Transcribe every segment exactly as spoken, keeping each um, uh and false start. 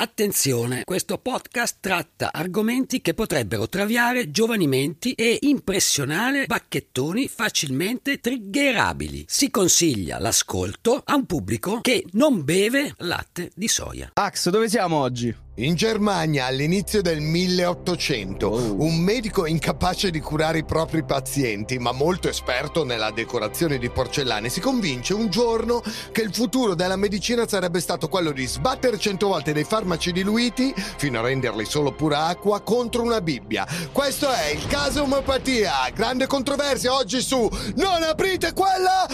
Attenzione, questo podcast tratta argomenti che potrebbero traviare giovani menti e impressionare bacchettoni facilmente triggerabili. Si consiglia l'ascolto a un pubblico che non beve latte di soia. Ax, dove siamo oggi? In Germania, all'inizio del milleottocento, oh. un medico incapace di curare i propri pazienti, ma molto esperto nella decorazione di porcellane, si convince un giorno che il futuro della medicina sarebbe stato quello di sbattere cento volte dei farmaci diluiti fino a renderli solo pura acqua contro una Bibbia. Questo è il caso omeopatia. Grande controversia oggi su Non aprite quella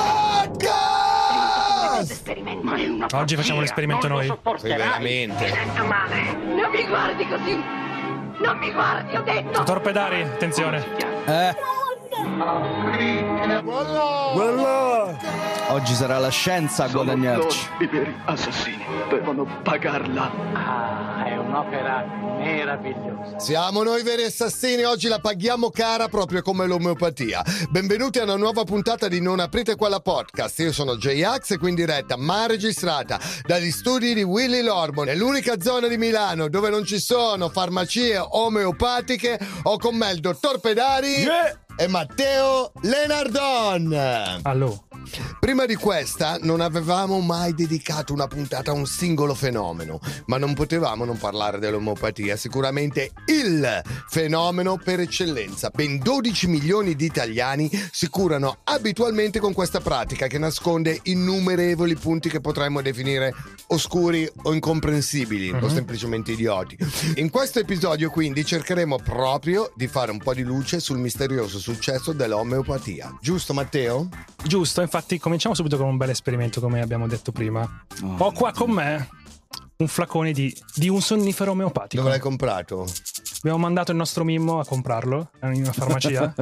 podcast! Oggi facciamo l'esperimento noi. Sì, veramente. Non mi guardi così! Non mi guardi, ho detto! Torpedari, attenzione! Eh? Guarda! Oggi sarà la scienza a guadagnarci. I veri assassini devono pagarla. Ah, è un'opera meravigliosa. Siamo noi veri assassini, oggi la paghiamo cara proprio come l'omeopatia. Benvenuti a una nuova puntata di Non aprite quella podcast. Io sono J-Ax e qui in diretta, ma registrata dagli studi di Willy Lorbon. È l'unica zona di Milano dove non ci sono farmacie omeopatiche. Ho con me il dottor Pedari yeah. e Matteo Lenardon. Allora. Prima di questa non avevamo mai dedicato una puntata a un singolo fenomeno, ma non potevamo non parlare dell'omeopatia, sicuramente il fenomeno per eccellenza. Ben dodici milioni di italiani si curano abitualmente con questa pratica che nasconde innumerevoli punti che potremmo definire oscuri o incomprensibili uh-huh. o semplicemente idioti. In questo episodio quindi cercheremo proprio di fare un po' di luce sul misterioso successo dell'omeopatia. Giusto, Matteo? Giusto, infatti cominciamo subito con un bel esperimento, come abbiamo detto prima. Oh, Ho qua con me un flacone di, di un sonnifero omeopatico. Dove l'hai comprato? Abbiamo mandato il nostro Mimmo a comprarlo in una farmacia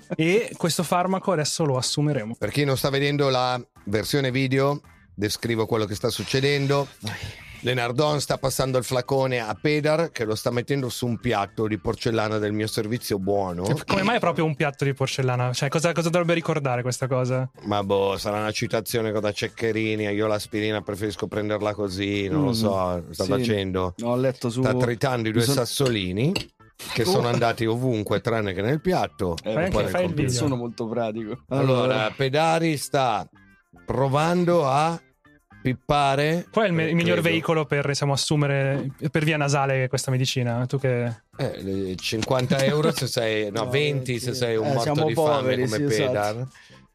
e questo farmaco adesso lo assumeremo. Per chi non sta vedendo la versione video, descrivo quello che sta succedendo. Lenardon sta passando il flacone a Pedar che lo sta mettendo su un piatto di porcellana del mio servizio buono. Come mai è proprio un piatto di porcellana? Cioè cosa, cosa dovrebbe ricordare questa cosa? Ma boh, sarà una citazione con da Ceccherini. Io l'aspirina preferisco prenderla così, non mm, lo so, sta sì, facendo ho letto su... sta tritando i due sono... sassolini che sono andati ovunque tranne che nel piatto. Eh, fai anche, fai il video. Sono molto pratico. Allora, allora Pedari sta provando a pippare. Qual è il, me- il miglior credo. veicolo per diciamo, assumere per via nasale questa medicina? Tu che eh, cinquanta euro se sei no, no venti se sei un eh, morto di poveri, fame come sì, Pedar esatto.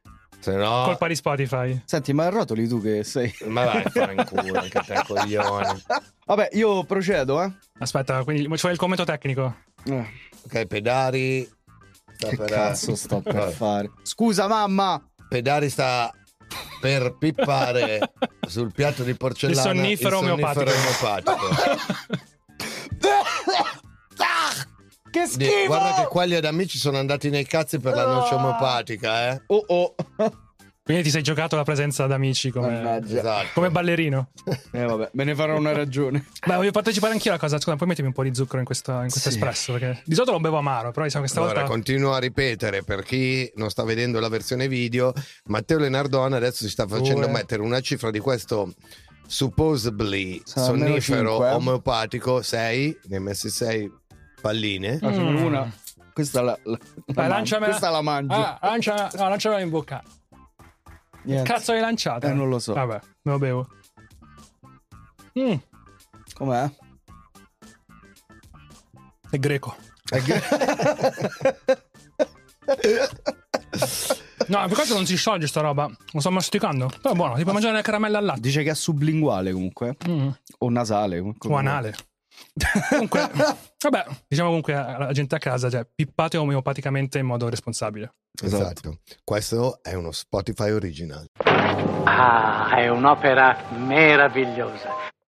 Se no... colpa di Spotify. Senti, ma rotoli tu che sei. Ma vai a fare in culo anche te coglione. Vabbè, io procedo, eh. Aspetta, quindi ci vuole il commento tecnico. Eh. Ok, Pedari sta che per... cazzo sto per fare? Scusa mamma. Pedari sta per pippare sul piatto di porcellana il sonnifero, il sonnifero omeopatico. omeopatico. Che schifo! Guarda che qua gli ad amici sono andati nei cazzi per la noce omeopatica, eh. Oh oh. Quindi ti sei giocato la presenza d'amici come, esatto. come ballerino. Eh vabbè, me ne farò una ragione. Beh, voglio partecipare anch'io alla cosa. Scusa, poi mettimi un po' di zucchero in, questa, in questo sì. espresso, perché di solito lo bevo amaro, però diciamo che stavolta... Allora, continuo a ripetere, per chi non sta vedendo la versione video, Matteo Lenardon adesso si sta facendo uh, eh. mettere una cifra di questo supposedly Sarà sonnifero omeopatico. sei, ne hai messi sei palline. Mm. Una. Questa la, la, Dai, la lanciamela. Questa la mangio. Ah, lanciamela, no, lanciamela in bocca. Niente. Che cazzo hai lanciato? Eh, non lo so. Vabbè, me lo bevo. Mm. Com'è? È greco. È greco. No, per questo non si scioglie sta roba. Lo sto masticando. Però è buono, ti puoi mangiare la caramella al latte. Dice che è sublinguale comunque. Mm. O nasale. Comunque. O anale. Comunque, vabbè, diciamo comunque alla gente a casa, cioè, pippate omeopaticamente in modo responsabile. Esatto. esatto. Questo è uno Spotify original. Ah, è un'opera meravigliosa.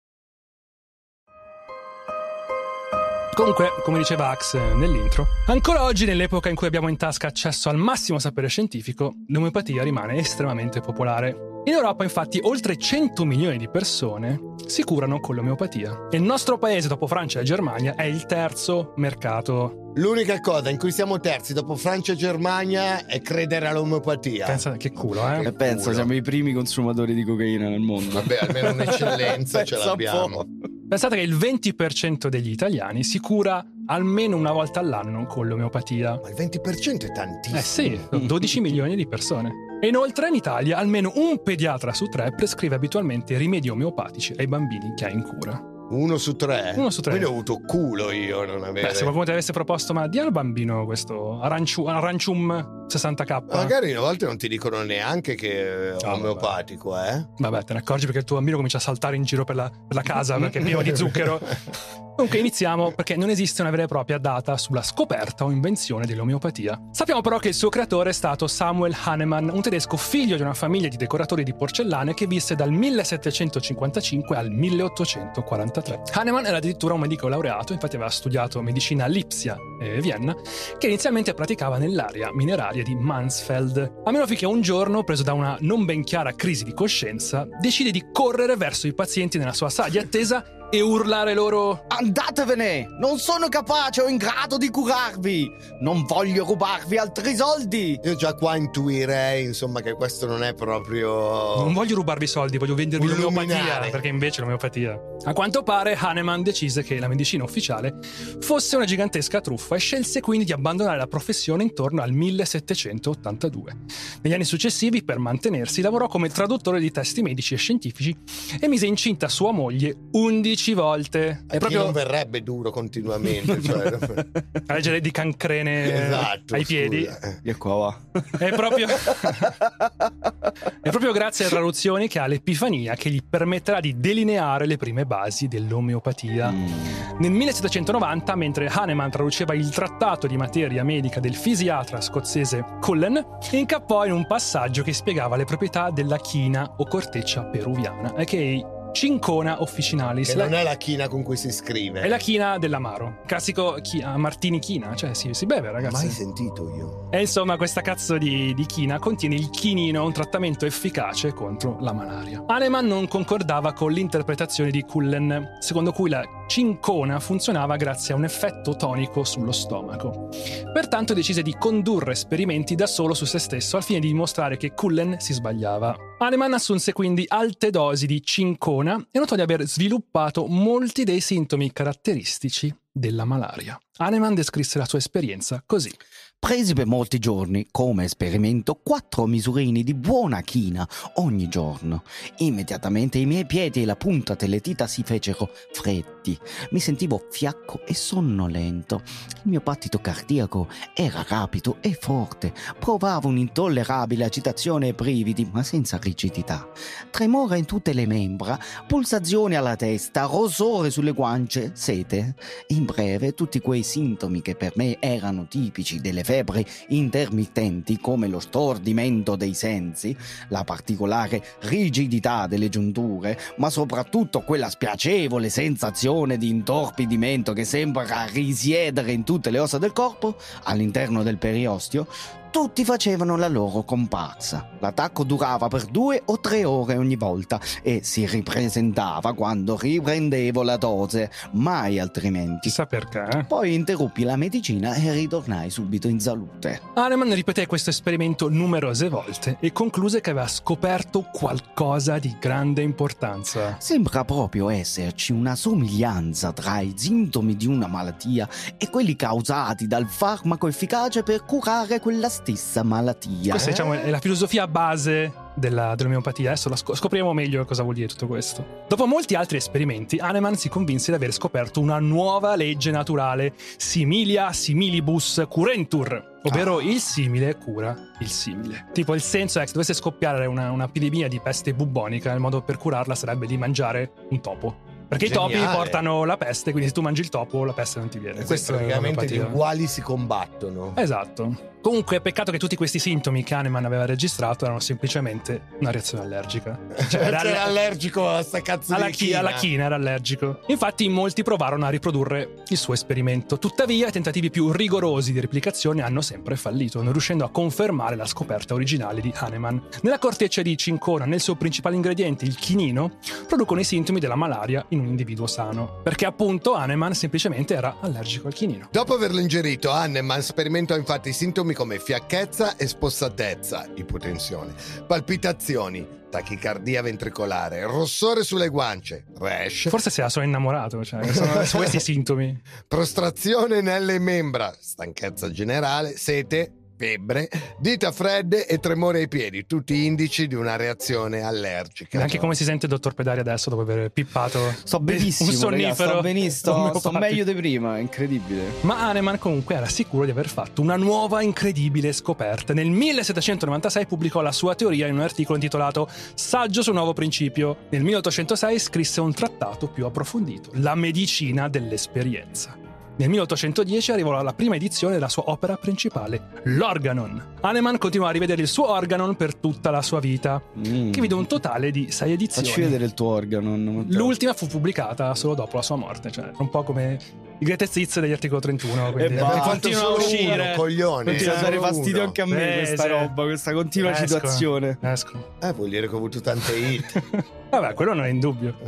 Comunque, come diceva Ax nell'intro, ancora oggi, nell'epoca in cui abbiamo in tasca accesso al massimo sapere scientifico, l'omeopatia rimane estremamente popolare. In Europa, infatti, oltre cento milioni di persone si curano con l'omeopatia. E il nostro paese, dopo Francia e Germania, è il terzo mercato. L'unica cosa in cui siamo terzi dopo Francia e Germania è credere all'omeopatia. Pensa che culo, eh? E pensa, culo. Siamo i primi consumatori di cocaina nel mondo. Vabbè, almeno un'eccellenza ce l'abbiamo. Pensate che il venti per cento degli italiani si cura almeno una volta all'anno con l'omeopatia. Ma il venti per cento è tantissimo. Eh sì, dodici milioni di persone. E inoltre in Italia almeno un pediatra su tre prescrive abitualmente rimedi omeopatici ai bambini che ha in cura. Uno su tre? Uno su tre. Quindi ho avuto culo io non avere... Beh, se qualcuno ti avesse proposto, ma di al bambino questo aranciu- arancium sessanta K. Magari a volte non ti dicono neanche che è Oh, omeopatico, vabbè. eh? Vabbè, te ne accorgi perché il tuo bambino comincia a saltare in giro per la, per la casa perché è pieno di zucchero. Comunque iniziamo perché non esiste una vera e propria data sulla scoperta o invenzione dell'omeopatia. Sappiamo però che il suo creatore è stato Samuel Hahnemann, un tedesco figlio di una famiglia di decoratori di porcellane che visse dal millesettecentocinquantacinque al milleottocentoquarantatré. Hahnemann era addirittura un medico laureato, infatti aveva studiato medicina a Lipsia e Vienna, che inizialmente praticava nell'area mineraria di Mansfeld. A meno finché un giorno, preso da una non ben chiara crisi di coscienza, decide di correre verso i pazienti nella sua sala di attesa e urlare loro: Andatevene! Non sono capace o in grado di curarvi! Non voglio rubarvi altri soldi! Io già qua intuirei, insomma, che questo non è proprio... non voglio rubarvi soldi, voglio vendervi Un l'omeopatia, luminare. perché invece l'omeopatia. A quanto pare Hahnemann decise che la medicina ufficiale fosse una gigantesca truffa e scelse quindi di abbandonare la professione intorno al millesettecentottantadue. Negli anni successivi, per mantenersi, lavorò come traduttore di testi medici e scientifici e mise incinta sua moglie undici volte. È Chi proprio non verrebbe duro continuamente, cioè... a leggere di cancrene Esatto, ai piedi. scusa. E qua va. È proprio è proprio grazie alle traduzioni che ha l'epifania che gli permetterà di delineare le prime basi dell'omeopatia. Mm. Nel millesettecentonovanta, mentre Hahnemann traduceva il trattato di materia medica del fisiatra scozzese Cullen, incappò in un passaggio che spiegava le proprietà della china o corteccia peruviana, a k a. Cincona officinalis. Che non è la china con cui si scrive. È la china dell'amaro. Classico chi- martini china, cioè si, si beve, ragazzi. Mai sentito io. E insomma, questa cazzo di, di china contiene il chinino, un trattamento efficace contro la malaria. Hahnemann non concordava con l'interpretazione di Cullen, secondo cui la cincona funzionava grazie a un effetto tonico sullo stomaco. Pertanto decise di condurre esperimenti da solo su se stesso al fine di dimostrare che Cullen si sbagliava. Hahnemann assunse quindi alte dosi di cincona e notò di aver sviluppato molti dei sintomi caratteristici della malaria. Hahnemann descrisse la sua esperienza così. Presi per molti giorni, come esperimento, quattro misurini di buona china ogni giorno. Immediatamente i miei piedi e la punta delle dita si fecero freddi. Mi sentivo fiacco e sonnolento. Il mio battito cardiaco era rapido e forte. Provavo un'intollerabile agitazione e brividi, ma senza rigidità. Tremore in tutte le membra, pulsazioni alla testa, rossore sulle guance, sete. In breve, tutti quei sintomi che per me erano tipici delle febbri intermittenti, come lo stordimento dei sensi, la particolare rigidità delle giunture, ma soprattutto quella spiacevole sensazione di intorpidimento che sembra risiedere in tutte le ossa del corpo, all'interno del periosteo, tutti facevano la loro comparsa. L'attacco durava per due o tre ore ogni volta e si ripresentava quando riprendevo la dose, mai altrimenti. Chissà perché, eh? Poi interruppi la medicina e ritornai subito in salute. Hahnemann ripeté questo esperimento numerose volte e concluse che aveva scoperto qualcosa di grande importanza. Sembra proprio esserci una somiglianza tra i sintomi di una malattia e quelli causati dal farmaco efficace per curare quella stessa malattia. Questa, diciamo, è la filosofia base della, dell'omeopatia. Adesso la sc- scopriamo meglio cosa vuol dire tutto questo. Dopo molti altri esperimenti, Hahnemann si convinse di aver scoperto una nuova legge naturale, similia similibus curentur, ovvero il simile cura il simile. Tipo, il senso è che se dovesse scoppiare una, un'epidemia di peste bubbonica, il modo per curarla sarebbe di mangiare un topo. Perché Geniale. i topi portano la peste, quindi se tu mangi il topo la peste non ti viene. Questo praticamente gli uguali si combattono. Esatto. Comunque, peccato che tutti questi sintomi che Hahnemann aveva registrato erano semplicemente una reazione allergica. Cioè, Era alle- allergico a sta cazzo alla, di chi- china. alla china era allergico. Infatti in molti provarono a riprodurre il suo esperimento. Tuttavia i tentativi più rigorosi di replicazione hanno sempre fallito, non riuscendo a confermare la scoperta originale di Hahnemann. Nella corteccia di cincona, nel suo principale ingrediente, il chinino, producono i sintomi della malaria in un individuo sano. Perché appunto Hahnemann semplicemente era allergico al chinino. Dopo averlo ingerito, Hahnemann sperimentò infatti i sintomi sintomi come fiacchezza e spossatezza, ipotensione, palpitazioni, tachicardia ventricolare, rossore sulle guance, rash. Forse si era solo innamorato, cioè, sono questi i sintomi. Prostrazione nelle membra, stanchezza generale, sete, febbre, dita fredde e tremore ai piedi, tutti indici di una reazione allergica. E anche come si sente il dottor Pedari adesso dopo aver pippato Sto benissimo, un sonnifero, raga, sto benissimo, sto, sto omeopatico. meglio di prima, è incredibile. Ma Hahnemann comunque era sicuro di aver fatto una nuova incredibile scoperta. Nel millesettecentonovantasei pubblicò la sua teoria in un articolo intitolato Saggio sul nuovo principio. Nel milleottocentosei scrisse un trattato più approfondito, La medicina dell'esperienza. Nel milleottocentodieci arrivò la prima edizione della sua opera principale, l'Organon. Hahnemann continuò a rivedere il suo Organon per tutta la sua vita, Mm. che vide un totale di sei edizioni. Facci vedere il tuo organo. non- L'ultima fu pubblicata solo dopo la sua morte, cioè un po' come i greatest hits degli articolo trentuno, quindi E basta, continua a solo uscire. uno, coglioni. Continua a dare Solo fastidio uno. anche a me Eh, questa sì. roba, questa continua Escono, citazione. escono. Eh, vuol dire che ho avuto tante hit. Vabbè, quello non è in dubbio.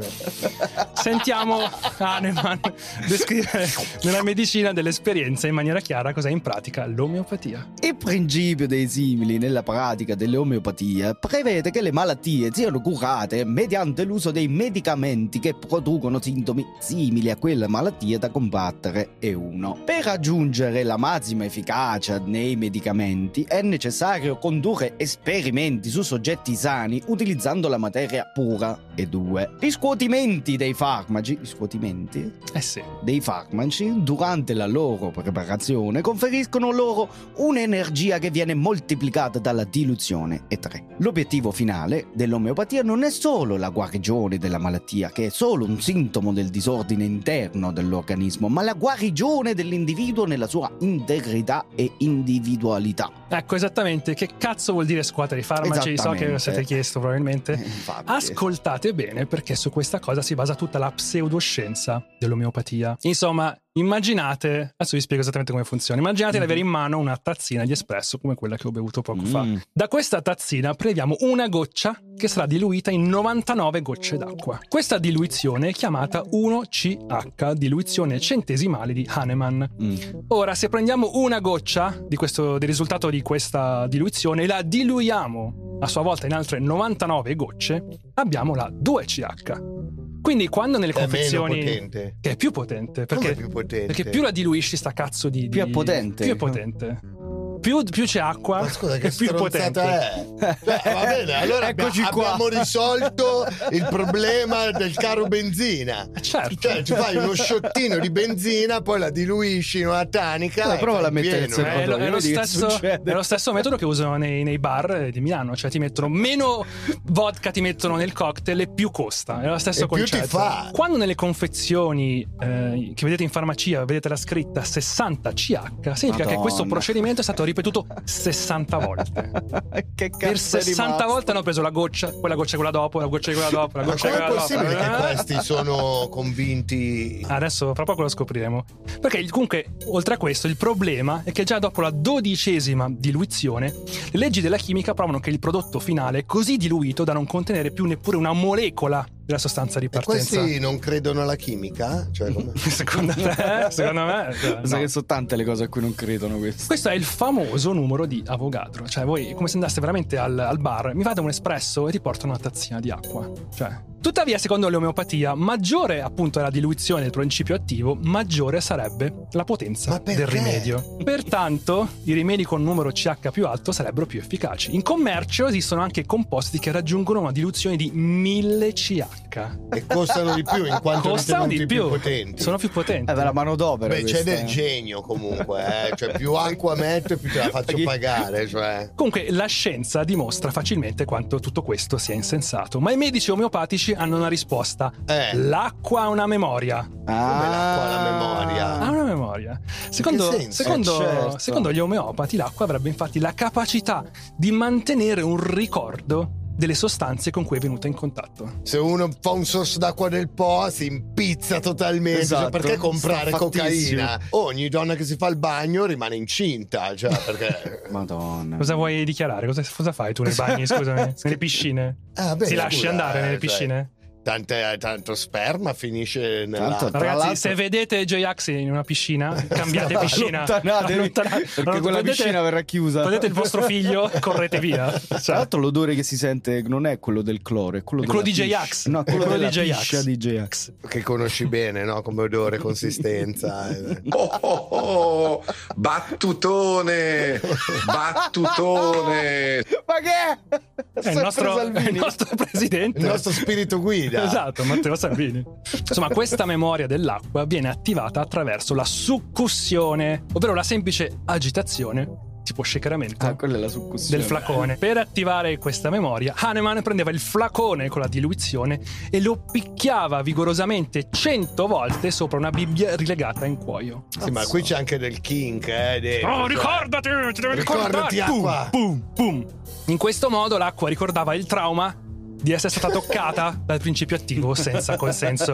Sentiamo Hahnemann descrivere nella medicina dell'esperienza in maniera chiara cos'è in pratica l'omeopatia. Il principio dei simili nella pratica dell'omeopatia prevede che le malattie siano curate mediante l'uso dei medicamenti che producono sintomi simili a quella malattia da combattere e uno. Per raggiungere la massima efficacia nei medicamenti è necessario condurre esperimenti su soggetti sani utilizzando la materia pura e due. Gli scuotimenti dei farmaci, gli scuotimenti? Eh sì. dei farmaci durante la loro preparazione conferiscono loro un'energia che viene moltiplicata dalla diluzione e tre. L'obiettivo finale dell'omeopatia non è solo la guarigione della malattia, che è solo un sintomo del disordine interno dell'organismo, ma la guarigione dell'individuo nella sua integrità e individualità. Ecco esattamente che cazzo vuol dire scuotere i farmaci, so che ve lo siete chiesto probabilmente. Eh, infatti. Ascoltate bene, perché su questa cosa si basa tutta la pseudoscienza dell'omeopatia. Insomma, immaginate, adesso vi spiego esattamente come funziona. Immaginate di avere in mano una tazzina di espresso come quella che ho bevuto poco fa. Mm. Da questa tazzina prendiamo una goccia che sarà diluita in novantanove gocce d'acqua. Questa diluizione è chiamata uno C H, diluizione centesimale di Hahnemann. Mm. Ora, se prendiamo una goccia di questo, del risultato di questa diluizione e la diluiamo a sua volta in altre novantanove gocce, abbiamo la due C H. Quindi quando nelle È meno confezioni potente. che è più potente, perché Come più potente? perché più la diluisci sta cazzo di, di Più è potente. più è potente. Più, più c'è acqua, Ma scusa, che è più stronzata potente. è? Cioè, va bene, allora Eccoci abbia- qua. abbiamo risolto il problema del caro benzina. Certo. Cioè, ci fai uno sciottino di benzina, poi la diluisci in una tanica. Eh, e prova fai a mettere il pieno, Eh, È lo, è lo Vedi che stesso, succede? è lo stesso metodo che usano nei, nei bar di Milano, cioè ti mettono meno vodka, ti mettono nel cocktail e più costa. È lo stesso E più ti concetto. fa. Quando nelle confezioni eh, che vedete in farmacia vedete la scritta sessanta C H, significa che questo Madonna. procedimento è stato ripetuto sessanta volte. Che cazzo Per è sessanta rimasto? volte hanno preso la goccia, poi la goccia quella dopo, la goccia quella dopo, la Ma goccia com'è quella possibile dopo. che questi sono convinti? Adesso fra poco lo scopriremo. Perché comunque, oltre a questo, il problema è che già dopo la dodicesima diluizione, le leggi della chimica provano che il prodotto finale è così diluito da non contenere più neppure una molecola della sostanza di E partenza. questi non credono alla chimica? Cioè, come... Secondo me, secondo me, cioè, Sai no. che sono tante le cose a cui non credono questi. Questo è il famoso numero di Avogadro. Cioè, voi come se andaste veramente al, al bar, mi fate un espresso e ti portano una tazzina di acqua. Cioè. Tuttavia, secondo l'omeopatia, maggiore appunto è la diluizione del principio attivo, maggiore sarebbe la potenza Ma perché? del rimedio. Pertanto, i rimedi con numero C H più alto sarebbero più efficaci. In commercio esistono anche composti che raggiungono una diluzione di mille C H. E costano di più in quanto Costano ritenuti di più più, potenti. sono più potenti. È per la manodopera. Beh, c'è questa, del eh. genio comunque, eh. Cioè più acqua metto e più te la faccio Chi- pagare, cioè. Comunque la scienza dimostra facilmente quanto tutto questo sia insensato, ma i medici omeopatici hanno una risposta. Eh. L'acqua ha una memoria. Come l'acqua ha la memoria? Ha una memoria. Secondo, che senso? secondo, Eh, certo. secondo gli omeopati l'acqua avrebbe infatti la capacità di mantenere un ricordo delle sostanze con cui è venuta in contatto. Se uno fa un sorso d'acqua del Po si impizza totalmente. Esatto. Cioè, perché comprare Sta fattissimo. cocaina? Ogni donna che si fa il bagno rimane incinta, cioè perché... Madonna. Cosa vuoi dichiarare? Cosa, cosa fai tu nei bagni, scusami? Nelle piscine? Ah, beh, Si lasci scusa, andare nelle eh, cioè, piscine? tante, tanto sperma finisce nella... Tanto, tra Ragazzi, l'altro- se vedete J-Ax in una piscina, cambiate piscina. Allontanatevi, Allontanatevi. perché Allora, quella vedete- piscina verrà chiusa. Vedete il vostro figlio, correte via. Tra l'altro l'odore che si sente non è quello del cloro, è quello, È quello della di piscia. J-Ax. No, quello, Quello della di J-Ax. piscia di J-Ax. Che conosci bene, no? Come odore, consistenza. Oh, oh, oh, battutone, battutone. Ma che è? È il nostro, è il nostro presidente. Il nostro spirito guida. Esatto, Matteo Salvini. Insomma, questa memoria dell'acqua viene attivata attraverso la succussione, ovvero la semplice agitazione, tipo shakeramento, Ah, quella è la succussione. del flacone. Per attivare questa memoria, Hahnemann prendeva il flacone con la diluizione e lo picchiava vigorosamente cento volte sopra una Bibbia rilegata in cuoio. Sì, ma qui c'è anche del kink, eh. dentro, Oh, cioè. ricordati, ti devi Ricordati, ricordare. acqua. Pum, pum, pum. In questo modo l'acqua ricordava il trauma di essere stata toccata dal principio attivo senza consenso.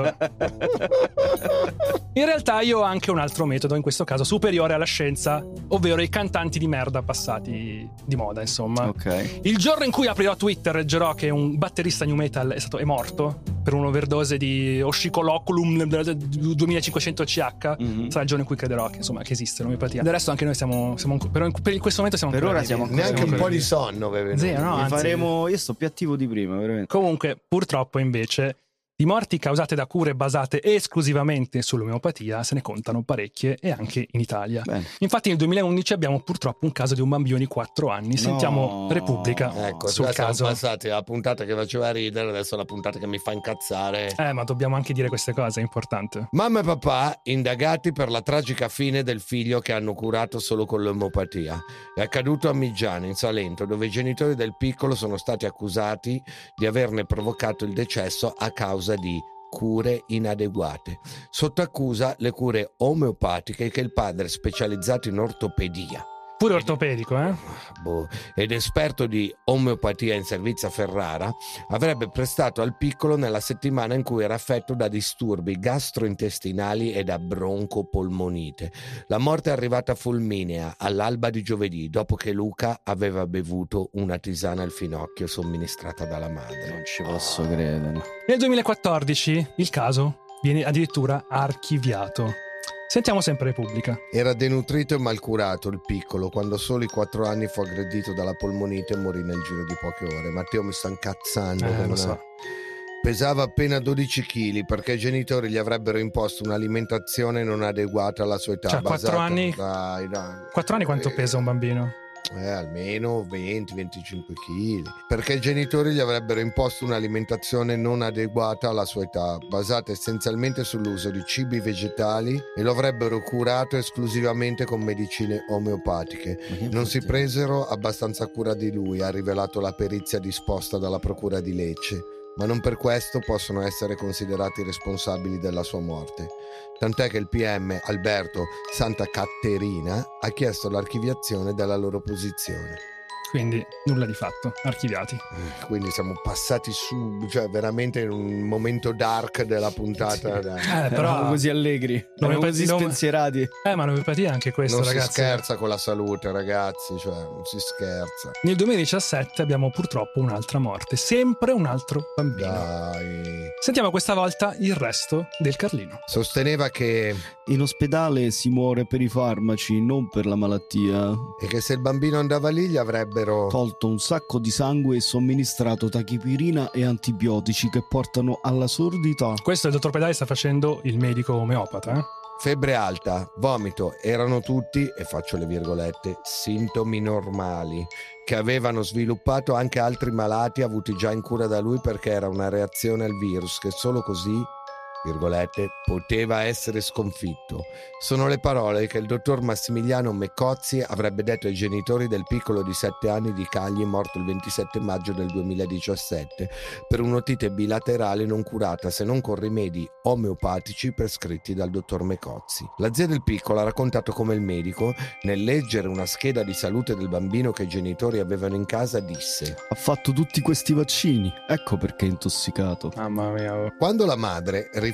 In realtà io ho anche un altro metodo, in questo caso superiore alla scienza, ovvero i cantanti di merda passati di moda, insomma. Ok. Il giorno in cui aprirò Twitter leggerò che un batterista new metal è stato è morto per un'overdose di oscicoloculum duemilacinquecento C H, Mhm. sarà il giorno in cui crederò che, insomma, che esiste l'omeopatia. Del resto anche noi siamo, siamo ancora- però in, per in questo momento siamo Per ancora ora vivi. siamo ancora- Neanche un siamo po' ancora di sonno, beve. Zero, no, Ne anzi. faremo... Io sto più attivo di prima, veramente. Comunque, purtroppo, invece, di morti causate da cure basate esclusivamente sull'omeopatia se ne contano parecchie, e anche in Italia. Bene. Infatti nel duemilaundici abbiamo purtroppo un caso di un bambino di quattro anni. Sentiamo No. Repubblica Ecco, sul sul siamo caso. passati la puntata che faceva ridere, adesso la puntata che mi fa incazzare. Eh, ma dobbiamo anche dire queste cose, è importante. Mamma e papà indagati per la tragica fine del figlio che hanno curato solo con l'omeopatia. È accaduto a Migiano, in Salento, dove i genitori del piccolo sono stati accusati di averne provocato il decesso a causa di cure inadeguate. Sotto accusa le cure omeopatiche che il padre, specializzato in ortopedia Pure ortopedico, eh? boh, ed esperto di omeopatia in servizio a Ferrara, avrebbe prestato al piccolo nella settimana in cui era affetto da disturbi gastrointestinali e da broncopolmonite. La morte è arrivata fulminea all'alba di giovedì, dopo che Luca aveva bevuto una tisana al finocchio somministrata dalla madre. Non ci posso credere. Nel duemilaquattordici il caso viene addirittura archiviato. Sentiamo sempre Repubblica. Era denutrito e malcurato il piccolo, quando a soli quattro anni fu aggredito dalla polmonite e morì nel giro di poche ore. Matteo mi sta incazzando. Eh, che lo non so. è- Pesava appena dodici chili perché i genitori gli avrebbero imposto un'alimentazione non adeguata alla sua età. Cioè, quattro basata- anni- Dai, dai. Quattro anni quanto Eh, pesa un bambino? Eh, almeno venti venticinque chili. Perché i genitori gli avrebbero imposto un'alimentazione non adeguata alla sua età, basata essenzialmente sull'uso di cibi vegetali, e lo avrebbero curato esclusivamente con medicine omeopatiche. Non si presero abbastanza cura di lui, ha rivelato la perizia disposta dalla procura di Lecce, ma non per questo possono essere considerati responsabili della sua morte. Tant'è che il P M Alberto Santa Caterina ha chiesto l'archiviazione della loro posizione. Quindi nulla di fatto, archiviati. Quindi siamo passati su, cioè veramente in un momento dark della puntata. dai. Eh, Eravamo però... così allegri, eravamo L'omeopatia- così l'ome- spensierati. Eh, ma l'omeopatia è anche questo, non ragazzi. si scherza con la salute, ragazzi, cioè non si scherza. Nel duemiladiciassette abbiamo purtroppo un'altra morte, sempre un altro bambino. Dai. Sentiamo questa volta il resto del Carlino. Sosteneva che, In ospedale si muore per i farmaci, non per la malattia. e che se il bambino andava lì gli avrebbero... Tolto un sacco di sangue e somministrato tachipirina e antibiotici che portano alla sordità. Questo il dottor Pedali sta facendo il medico omeopata, eh? Febbre alta, vomito, erano tutti, e faccio le virgolette, sintomi normali, che avevano sviluppato anche altri malati avuti già in cura da lui, perché era una reazione al virus che solo così, virgolette, poteva essere sconfitto. Sono le parole che il dottor Massimiliano Mecozzi avrebbe detto ai genitori del piccolo di sette anni di Cagli, morto il ventisette maggio del duemiladiciassette per un'otite bilaterale non curata se non con rimedi omeopatici prescritti dal dottor Mecozzi. La zia del piccolo ha raccontato come il medico, nel leggere una scheda di salute del bambino che i genitori avevano in casa, disse: Ha fatto tutti questi vaccini, ecco perché è intossicato. Mamma mia. oh. quando la madre,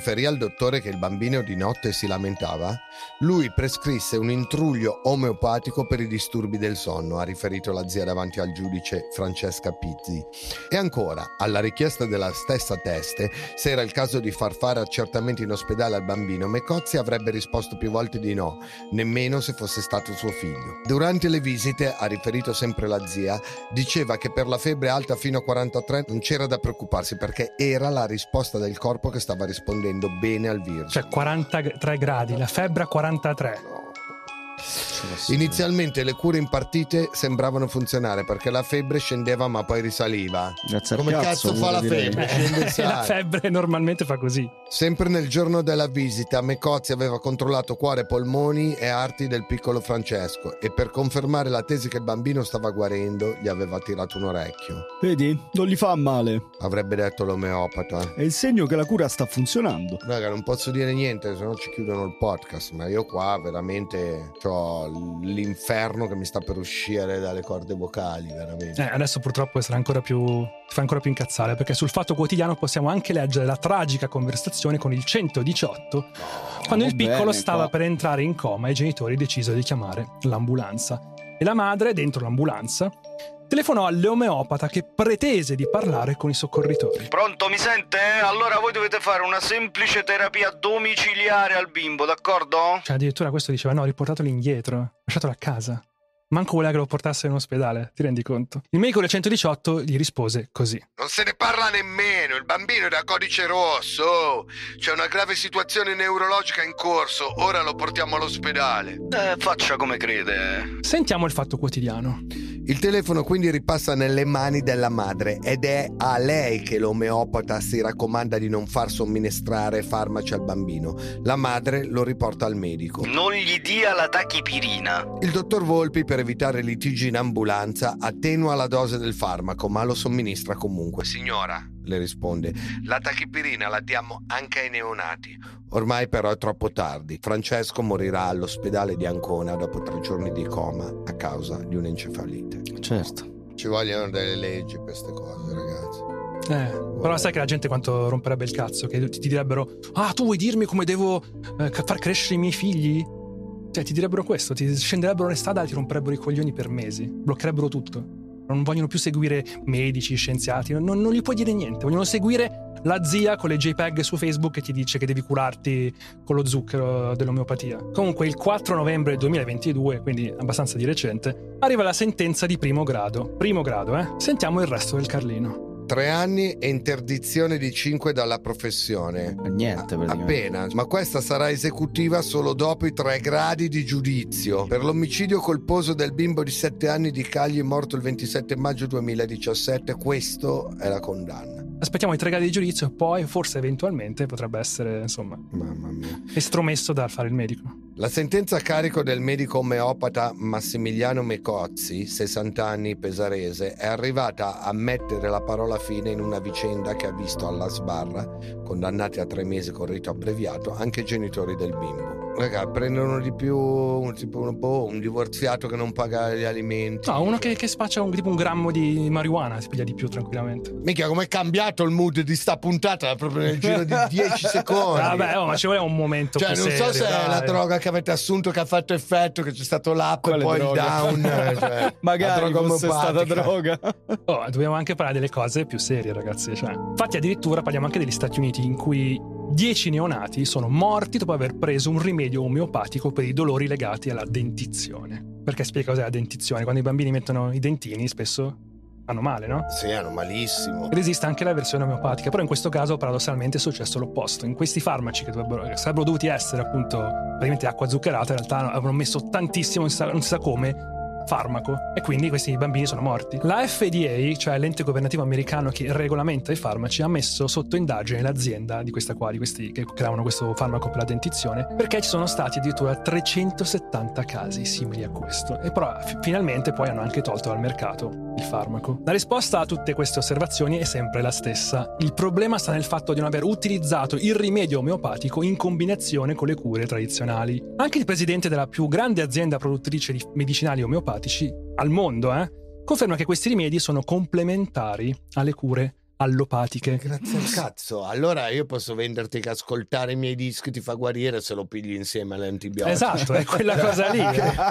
riferì al dottore che il bambino di notte si lamentava, lui prescrisse un intruglio omeopatico per i disturbi del sonno, ha riferito la zia davanti al giudice Francesca Pizzi. E ancora, alla richiesta della stessa Teste, se era il caso di far fare accertamenti in ospedale al bambino, Mecozzi avrebbe risposto più volte di no, nemmeno se fosse stato suo figlio. Durante le visite, ha riferito sempre la zia, diceva che per la febbre alta fino a quarantatré non c'era da preoccuparsi perché era la risposta del corpo che stava rispondendo bene al virus. Cioè quarantatré gradi, la febbre a quarantatré. No. Inizialmente le cure impartite sembravano funzionare perché la febbre scendeva ma poi risaliva. Grazie Come cazzo, cazzo fa la febbre? Scende e sale. La febbre normalmente fa così. Sempre nel giorno della visita, Mecozzi aveva controllato cuore, polmoni e arti del piccolo Francesco e per confermare la tesi che il bambino stava guarendo gli aveva tirato un orecchio. Vedi? Non gli fa male. Avrebbe detto l'omeopata. È il segno che la cura sta funzionando. Raga, non posso dire niente, se no ci chiudono il podcast, ma io qua veramente ho l'inferno che mi sta per uscire dalle corde vocali, veramente. Eh, adesso purtroppo sarà ancora più, ti fa ancora più incazzare, perché sul Fatto Quotidiano possiamo anche leggere la tragica conversazione con il centodiciotto oh, quando il piccolo bene, stava qua. per entrare in coma e i genitori decisero di chiamare l'ambulanza. E la madre, dentro l'ambulanza, telefonò all'omeopata che pretese di parlare con i soccorritori. Pronto, mi sente? Allora voi dovete fare una semplice terapia domiciliare al bimbo, d'accordo? Cioè addirittura questo diceva no, riportatelo indietro, lasciatelo a casa. Manco voleva che lo portasse in ospedale, ti rendi conto? Il medico del centodiciotto gli rispose così. Non se ne parla nemmeno, il bambino è da codice rosso, oh. C'è una grave situazione neurologica in corso, ora lo portiamo all'ospedale. Eh, faccia come crede. Sentiamo il Fatto Quotidiano. Il telefono quindi ripassa nelle mani della madre ed è a lei che l'omeopata si raccomanda di non far somministrare farmaci al bambino. La madre lo riporta al medico. Non gli dia la tachipirina. Il dottor Volpi, per evitare litigi in ambulanza, attenua la dose del farmaco ma lo somministra comunque. Signora, le risponde, la tachipirina la diamo anche ai neonati. Ormai però è troppo tardi. Francesco morirà all'ospedale di Ancona dopo tre giorni di coma a causa di un'encefalite. Certo. Ci vogliono delle leggi per queste cose, ragazzi. Eh, wow. Però sai che la gente quanto romperebbe il cazzo, che ti direbbero ah, tu vuoi dirmi come devo eh, far crescere i miei figli? Cioè ti direbbero questo, ti scenderebbero in strada e ti romperebbero i coglioni per mesi, bloccherebbero tutto. Non vogliono più seguire medici, scienziati, non, non gli puoi dire niente, vogliono seguire la zia con le JPEG su Facebook che ti dice che devi curarti con lo zucchero dell'omeopatia. Comunque il quattro novembre duemilaventidue, quindi abbastanza di recente, arriva la sentenza di primo grado. Primo grado, eh? Sentiamo il resto del Carlino. Tre anni e interdizione di cinque dalla professione. Niente, appena. Ma questa sarà esecutiva solo dopo i tre gradi di giudizio. Per l'omicidio colposo del bimbo di sette anni di Cagli morto il ventisette maggio duemiladiciassette, questo è la condanna. Aspettiamo i tre gradi di giudizio e poi forse eventualmente potrebbe essere, insomma, mamma mia, estromesso dal fare il medico. La sentenza a carico del medico omeopata Massimiliano Mecozzi, sessanta anni, pesarese, è arrivata a mettere la parola fine in una vicenda che ha visto alla sbarra, condannati a tre mesi con rito abbreviato, anche i genitori del bimbo. Raga, prendono di più un, tipo un, boh, un divorziato che non paga gli alimenti. No, uno che, che spaccia un, tipo un grammo di marijuana si piglia di più tranquillamente. Mica, com'è cambiato il mood di sta puntata proprio nel giro di dieci secondi. Vabbè, oh, ma ci vuole un momento cioè, più non serio, so se dai. è la droga che avete assunto che ha fatto effetto, che c'è stato l'up e poi droga? il down. Cioè, magari droga fosse stata droga. Oh, dobbiamo anche parlare delle cose più serie, ragazzi. Cioè, infatti addirittura parliamo anche degli Stati Uniti, in cui dieci neonati sono morti dopo aver preso un rimedio omeopatico per i dolori legati alla dentizione. Perché spiega cos'è la dentizione? Quando i bambini mettono i dentini spesso hanno male, no? Sì, hanno malissimo. Ed esiste anche la versione omeopatica, però in questo caso paradossalmente è successo l'opposto. In questi farmaci che, dovrebbero, che sarebbero dovuti essere appunto praticamente acqua zuccherata, in realtà avevano messo tantissimo, non si sa, non si sa come, farmaco, e quindi questi bambini sono morti. La F D A, cioè l'ente governativo americano che regolamenta i farmaci, ha messo sotto indagine l'azienda di questa qua, di questi che creavano questo farmaco per la dentizione, perché ci sono stati addirittura trecentosettanta casi simili a questo, e però f- finalmente poi hanno anche tolto dal mercato il farmaco. La risposta a tutte queste osservazioni è sempre la stessa. Il problema sta nel fatto di non aver utilizzato il rimedio omeopatico in combinazione con le cure tradizionali. Anche il presidente della più grande azienda produttrice di medicinali omeopatici al mondo, eh, conferma che questi rimedi sono complementari alle cure allopatiche. Grazie al cazzo. Allora io posso venderti che ascoltare i miei dischi ti fa guarire se lo pigli insieme alle antibiotici. Esatto, è quella cosa lì.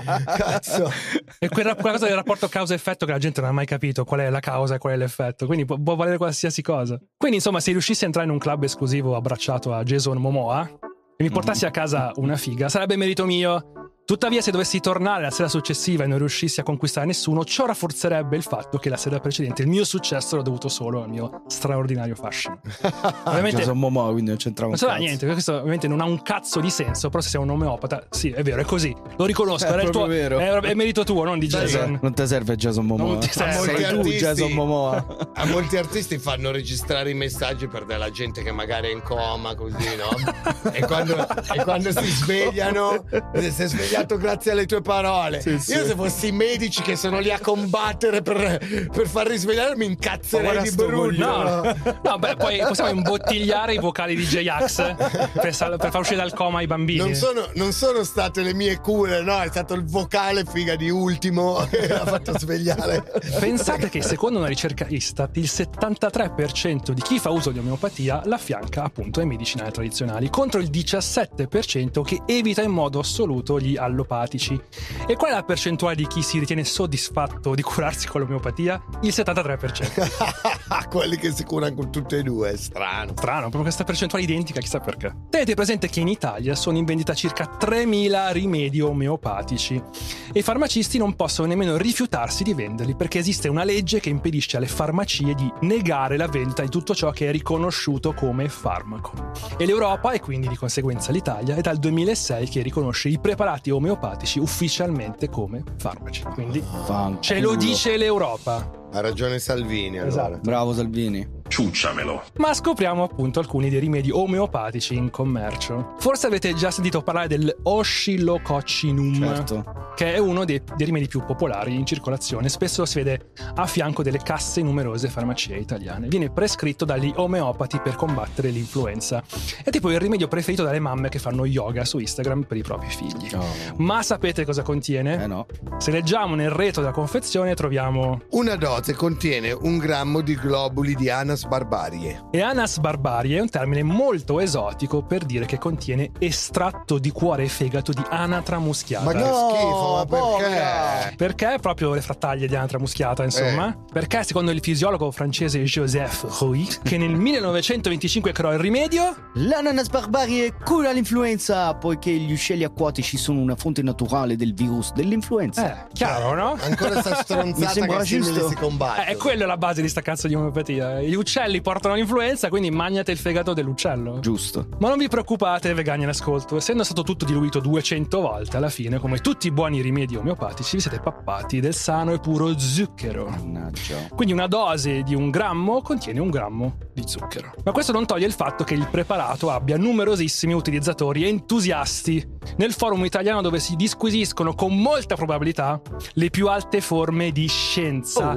Cazzo. È quella cosa del rapporto causa-effetto che la gente non ha mai capito qual è la causa e qual è l'effetto, quindi può, può valere qualsiasi cosa. Quindi insomma, se riuscissi a entrare in un club esclusivo abbracciato a Jason Momoa e mi portassi a casa una figa, sarebbe merito mio. Tuttavia, se dovessi tornare la sera successiva e non riuscissi a conquistare nessuno, ciò rafforzerebbe il fatto che la sera precedente il mio successo l'ho dovuto solo al mio straordinario fascino. Ovviamente Jason Momoa, quindi non c'entrava un non so cazzo. niente, questo ovviamente non ha un cazzo di senso, però se sei un omeopata, sì, è vero, è così. Lo riconosco, È era il tuo, proprio vero. È, è merito tuo, non di Jason. Non ti serve Jason Momoa. Non ti serve. A molti Sei tu artisti- Jason Momoa. A molti artisti fanno registrare i messaggi per della gente che magari è in coma, così, no? E quando, e quando si svegliano, si è svegliato grazie alle tue parole. Sì, sì. Io se fossi i medici che sono lì a combattere per, per far risvegliare, mi incazzerei di brutto. No, no, beh, poi possiamo imbottigliare i vocali di J-Ax per, sal- per far uscire dal coma i bambini. Non sono, non sono state le mie cure, no, è stato il vocale figa di Ultimo che ha fatto svegliare. Pensate che secondo una ricerca Istat il settantatré per cento di chi fa uso di omeopatia l'affianca appunto ai medicinali tradizionali, contro il diciassette per cento che evita in modo assoluto gli allopatici. E qual è la percentuale di chi si ritiene soddisfatto di curarsi con l'omeopatia? Il settantatré per cento. Quelli che si curano con tutte e due, strano. Strano, proprio questa percentuale identica, chissà perché. Tenete presente che in Italia sono in vendita circa tremila rimedi omeopatici e i farmacisti non possono nemmeno rifiutarsi di venderli perché esiste una legge che impedisce alle farmacie di negare la vendita di tutto ciò che è riconosciuto come farmaco. E l'Europa, e quindi di conseguenza l'Italia, è dal duemilasei che riconosce i preparati omeopatici ufficialmente come farmaci. Quindi Fanculo. ce lo dice l'Europa. Ha ragione Salvini, allora. Esatto. Bravo Salvini. Ciucciamelo. Ma scopriamo appunto alcuni dei rimedi omeopatici in commercio. Forse avete già sentito parlare del Oscillococcinum, Certo. che è uno dei, dei rimedi più popolari in circolazione. Spesso si vede a fianco delle casse in numerose farmacie italiane. Viene prescritto dagli omeopati per combattere l'influenza. È tipo il rimedio preferito dalle mamme che fanno yoga su Instagram per i propri figli. Oh. Ma sapete cosa contiene? Eh no. Se leggiamo nel retro della confezione troviamo Una dose contiene un grammo di globuli di Anas barbarie. E Anas barbarie è un termine molto esotico per dire che contiene estratto di cuore e fegato di anatra muschiata. Ma che No, schifo, ma perché? Perché proprio le frattaglie di anatra muschiata, insomma? Eh. Perché secondo il fisiologo francese Joseph Rouy, che nel millenovecentoventicinque creò il rimedio, L'ananas barbarie cura l'influenza poiché gli uccelli acquatici sono una fonte naturale del virus dell'influenza. eh, chiaro, no? Ancora sta Mi stronzata sembra che simili giusto. si combatte. Eh, è quella la base di sta cazzo di omeopatia. Gli uccelli portano l'influenza, quindi magnate il fegato dell'uccello. Giusto. Ma non vi preoccupate, vegani all'ascolto, essendo stato tutto diluito duecento volte, alla fine, come tutti i buoni rimedi omeopatici, vi siete pappati del sano e puro zucchero. Mannaggia. Quindi una dose di un grammo contiene un grammo di zucchero. Ma questo non toglie il fatto che il preparato abbia numerosissimi utilizzatori entusiasti nel forum italiano dove si disquisiscono con molta probabilità le più alte forme di scienza.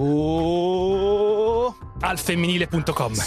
Oh. Al femminile punto com. Sì!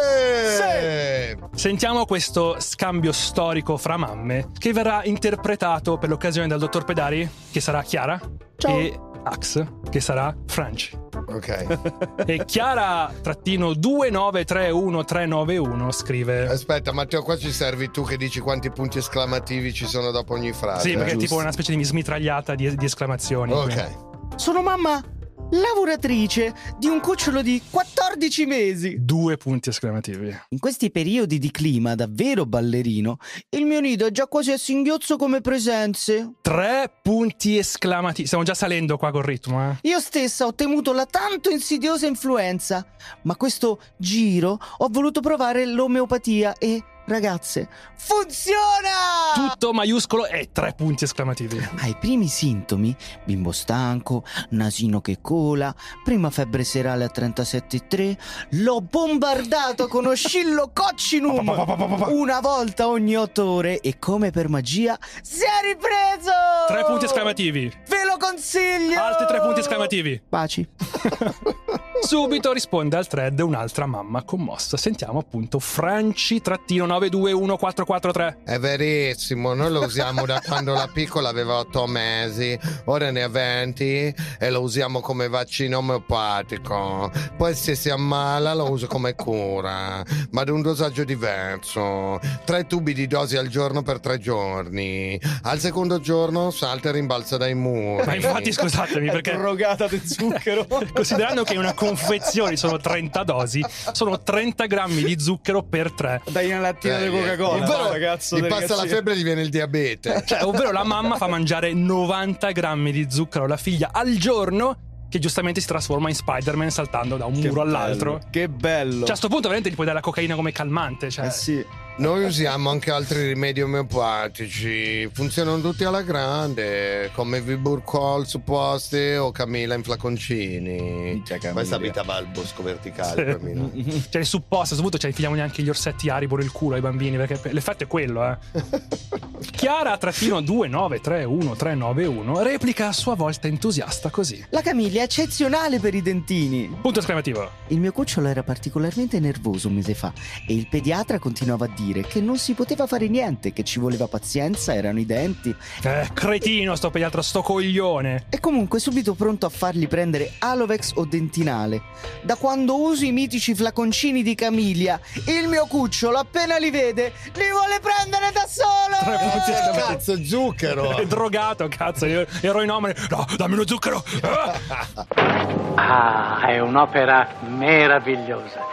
Sentiamo questo scambio storico fra mamme che verrà interpretato per l'occasione dal dottor Pedari, che sarà Chiara, Ciao. e Ax, che sarà Franci. Ok. E Chiara trattino due nove tre uno tre nove uno scrive: Aspetta, Matteo, qua ci servi tu che dici quanti punti esclamativi ci sono dopo ogni frase. sì, perché è eh? tipo una specie di smitragliata di, di esclamazioni. Ok. Sono mamma lavoratrice di un cucciolo di quattordici mesi. Due punti esclamativi. In questi periodi di clima davvero ballerino, il mio nido è già quasi a singhiozzo come presenze. Tre punti esclamativi. Stiamo già salendo qua col ritmo, eh. Io stessa ho temuto la tanto insidiosa influenza, ma questo giro ho voluto provare l'omeopatia e, ragazze, funziona! Tutto maiuscolo e tre punti esclamativi. Ai primi sintomi, bimbo stanco, nasino che cola, prima febbre serale a trentasette virgola tre, l'ho bombardato con Oscillococcinum una volta ogni otto ore e come per magia si è ripreso! Tre punti esclamativi. Ve lo consiglio! Altri tre punti esclamativi. Baci. Subito risponde al thread un'altra mamma commossa. Sentiamo appunto Franci nove due uno quattro quattro tre. È verissimo, noi lo usiamo da quando la piccola aveva otto mesi, ora ne ha venti e lo usiamo come vaccino omeopatico. Poi se si ammala lo uso come cura, ma ad un dosaggio diverso. Tre tubi di dosi al giorno per tre giorni. Al secondo giorno salta e rimbalza dai muri. Ma infatti scusatemi perché drogata di zucchero. Considerando che una confezione sono trenta dosi, sono trenta grammi di zucchero per tre. Dai una lattina Eh, di Coca-Cola. ovvero, ragazzo, gli dei passa la ragazzi. febbre e gli viene il diabete. Cioè, ovvero la mamma fa mangiare novanta grammi di zucchero alla figlia al giorno, che giustamente si trasforma in Spider-Man saltando da un Che muro all'altro. bello, che bello. Cioè a sto punto veramente gli puoi dare la cocaina come calmante, cioè. Eh sì. Noi usiamo anche altri rimedi omeopatici, funzionano tutti alla grande, come Viburcol supposte o Camilla in flaconcini. Minchia, Camilla. Questa abitava al bosco verticale per me, no? Cioè il supposto, a questo punto cioè, infiliamo neanche gli orsetti Haribo nel culo ai bambini, perché l'effetto è quello, eh. Chiara due nove tre uno tre nove uno replica a sua volta entusiasta così. La Camilla è eccezionale per i dentini. Punto esclamativo. Il mio cucciolo era particolarmente nervoso un mese fa e il pediatra continuava a dire che non si poteva fare niente, che ci voleva pazienza, erano i denti. Eh, cretino sto pediatra, sto coglione. E comunque subito pronto a fargli prendere Alovex o Dentinale. Da quando uso i mitici flaconcini di Camiglia, il mio cucciolo appena li vede li vuole prendere da solo. Tre punti Eh, esclamativi. cazzo, zucchero! È drogato, cazzo, io ero in omane. No, dammi lo zucchero. Ah! Ah, è un'opera meravigliosa.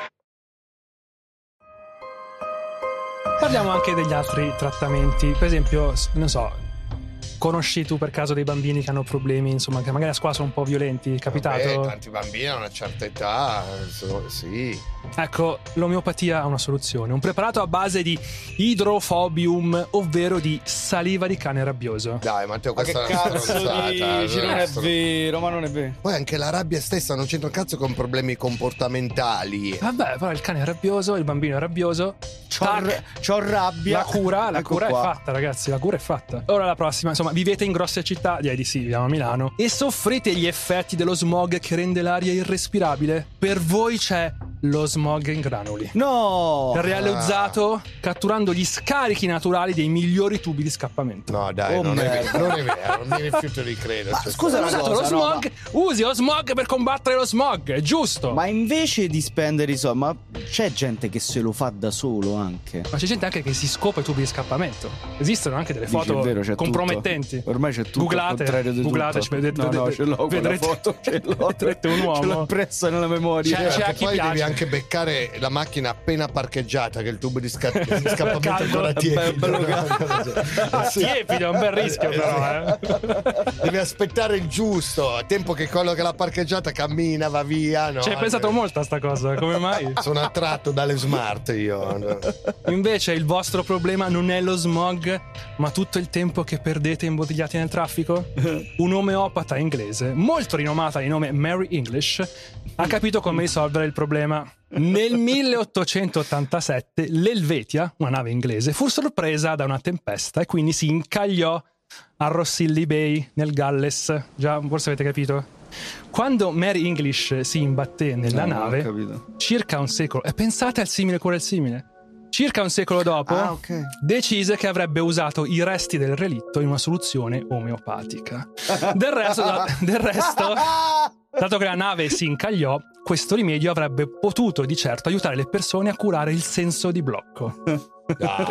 Parliamo anche degli altri trattamenti. Per esempio, s- non so, conosci tu per caso dei bambini che hanno problemi, insomma, che magari a scuola sono un po' violenti? È capitato? Beh, tanti bambini a una certa età, so- sì. Ecco, l'omeopatia ha una soluzione. Un preparato a base di idrofobium, ovvero di saliva di cane rabbioso. Dai, Matteo, Ma che questa è una cazzo stronzata, dici? Non è str- vero, ma non è vero. Poi anche la rabbia stessa non c'entra un cazzo con problemi comportamentali. Vabbè, però il cane è rabbioso, il bambino è rabbioso. C'ho, Tac. r- c'ho rabbia. La cura, la Ecco cura qua. è fatta, ragazzi, la cura è fatta. Ora la prossima, insomma, vivete in grosse città, direi di sì, viviamo a Milano, e soffrite gli effetti dello smog che rende l'aria irrespirabile? Per voi c'è lo smog in granuli. No. Realizzato catturando gli scarichi naturali dei migliori tubi di scappamento. No, dai, Oh, non, è merda. vero, non è vero, mi rifiuto di credere. Ma scusa Ho una usato cosa, lo no, smog, usi lo smog per combattere lo smog, è giusto. Ma invece di spendere i soldi, ma c'è gente che se lo fa da solo anche. Ma c'è gente anche che si scopa i tubi di scappamento. Esistono anche delle Dici, foto è vero, c'è compromettenti. tutto. Ormai c'è tutto. Googlate, al contrario di googlateci, tutto. vedete, no, no, vedete- ce l'ho quella vedrete- foto, ce l'ho. vedrete un uomo. Ce l'ho impressa nella memoria. C'è- c'è Perché a chi poi piace. devi anche beccare la macchina appena parcheggiata, che il tubo di, sca- di scappamento Caldo. ancora Bello, bello tiepido. Sì. Tiepido, è un bel rischio però, eh. Devi aspettare il giusto, a tempo che quello che l'ha parcheggiata cammina, va via. No? Ci hai pensato molto a sta cosa, come mai? Sono attratto dalle smart io. no? Invece il vostro problema non è lo smog, ma tutto il tempo che perdete imbottigliati nel traffico? Un omeopata inglese, molto rinomata di nome Mary English, ha capito come risolvere il problema. Nel milleottocentottantasette l'Helvetia, una nave inglese, fu sorpresa da una tempesta e quindi si incagliò a Roskilde Bay, nel Galles. Già, forse avete capito? Quando Mary English si imbatté nella No, non ho nave, capito. circa un secolo, e pensate al simile cuore al simile, circa un secolo dopo, Ah, ok. decise che avrebbe usato i resti del relitto in una soluzione omeopatica. Del resto, del resto, dato che la nave si incagliò, questo rimedio avrebbe potuto di certo aiutare le persone a curare il senso di blocco. Dai,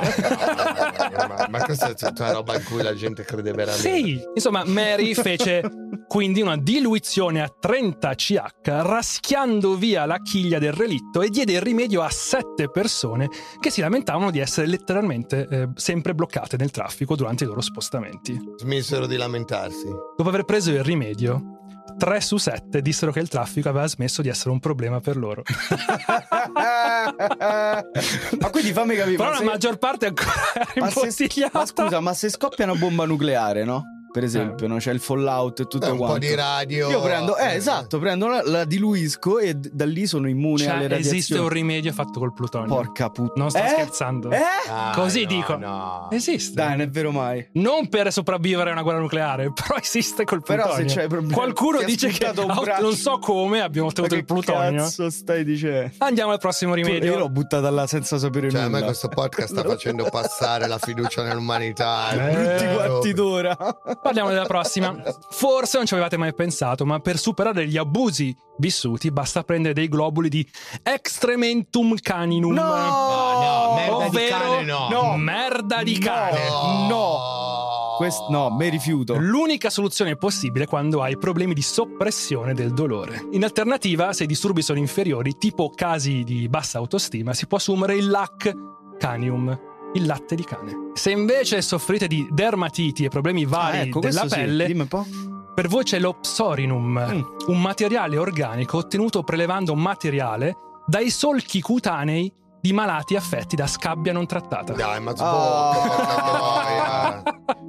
no, no, ma, ma questa è tutta una roba in cui la gente crede veramente. Sì, insomma, Mary fece quindi una diluizione a trenta C H, raschiando via la chiglia del relitto, e diede il rimedio a sette persone che si lamentavano di essere letteralmente eh, sempre bloccate nel traffico durante i loro spostamenti. Smisero di lamentarsi. Dopo aver preso il rimedio, tre su sette dissero che il traffico aveva smesso di essere un problema per loro. Ma quindi fammi capire. Però ma la se- maggior parte ancora era ma se- imbottigliata. ma scusa, ma se scoppia una bomba nucleare, no? per esempio, no? C'è il Fallout e tutto Eh, un quanto. po' di radio. Io prendo, eh, Eh. esatto, prendo la, la diluisco e d- da lì sono immune Cioè, alle radiazioni. esiste un rimedio fatto col plutonio. Porca puttana. Non sto Eh? scherzando. Eh? Ah, Così no, dico. no. Esiste. Dai, non è vero mai. Non per sopravvivere a una guerra nucleare, però esiste col Però plutonio. se c'hai problemi, Qualcuno ti ha dice che spuntato un ah, braccio. non so come abbiamo ottenuto Ma il che plutonio. cazzo stai dicendo? Andiamo al prossimo Tu- rimedio. Io l'ho buttata là senza sapere Cioè, a me nulla. questo podcast sta facendo passare la fiducia nell'umanità. Eh, Brutti Eh, quarti d'ora. Parliamo della prossima. Forse non ci avevate mai pensato, ma per superare gli abusi vissuti basta prendere dei globuli di Excrementum caninum. No! no, merda di ovvero cane no. No. merda di cane. No. Quest- no, me rifiuto. L'unica soluzione possibile quando hai problemi di soppressione del dolore. In alternativa, se i disturbi sono inferiori, tipo casi di bassa autostima, si può assumere il Lac Canium, il latte di cane. Se invece soffrite di dermatiti e problemi vari Ah, ecco, della questo sì. pelle, Dimmi un po'. per voi c'è lo Psorinum, Mm. un materiale organico ottenuto prelevando materiale dai solchi cutanei di malati affetti da scabbia non trattata. Dai, ma Ah. sbocca, porca troia.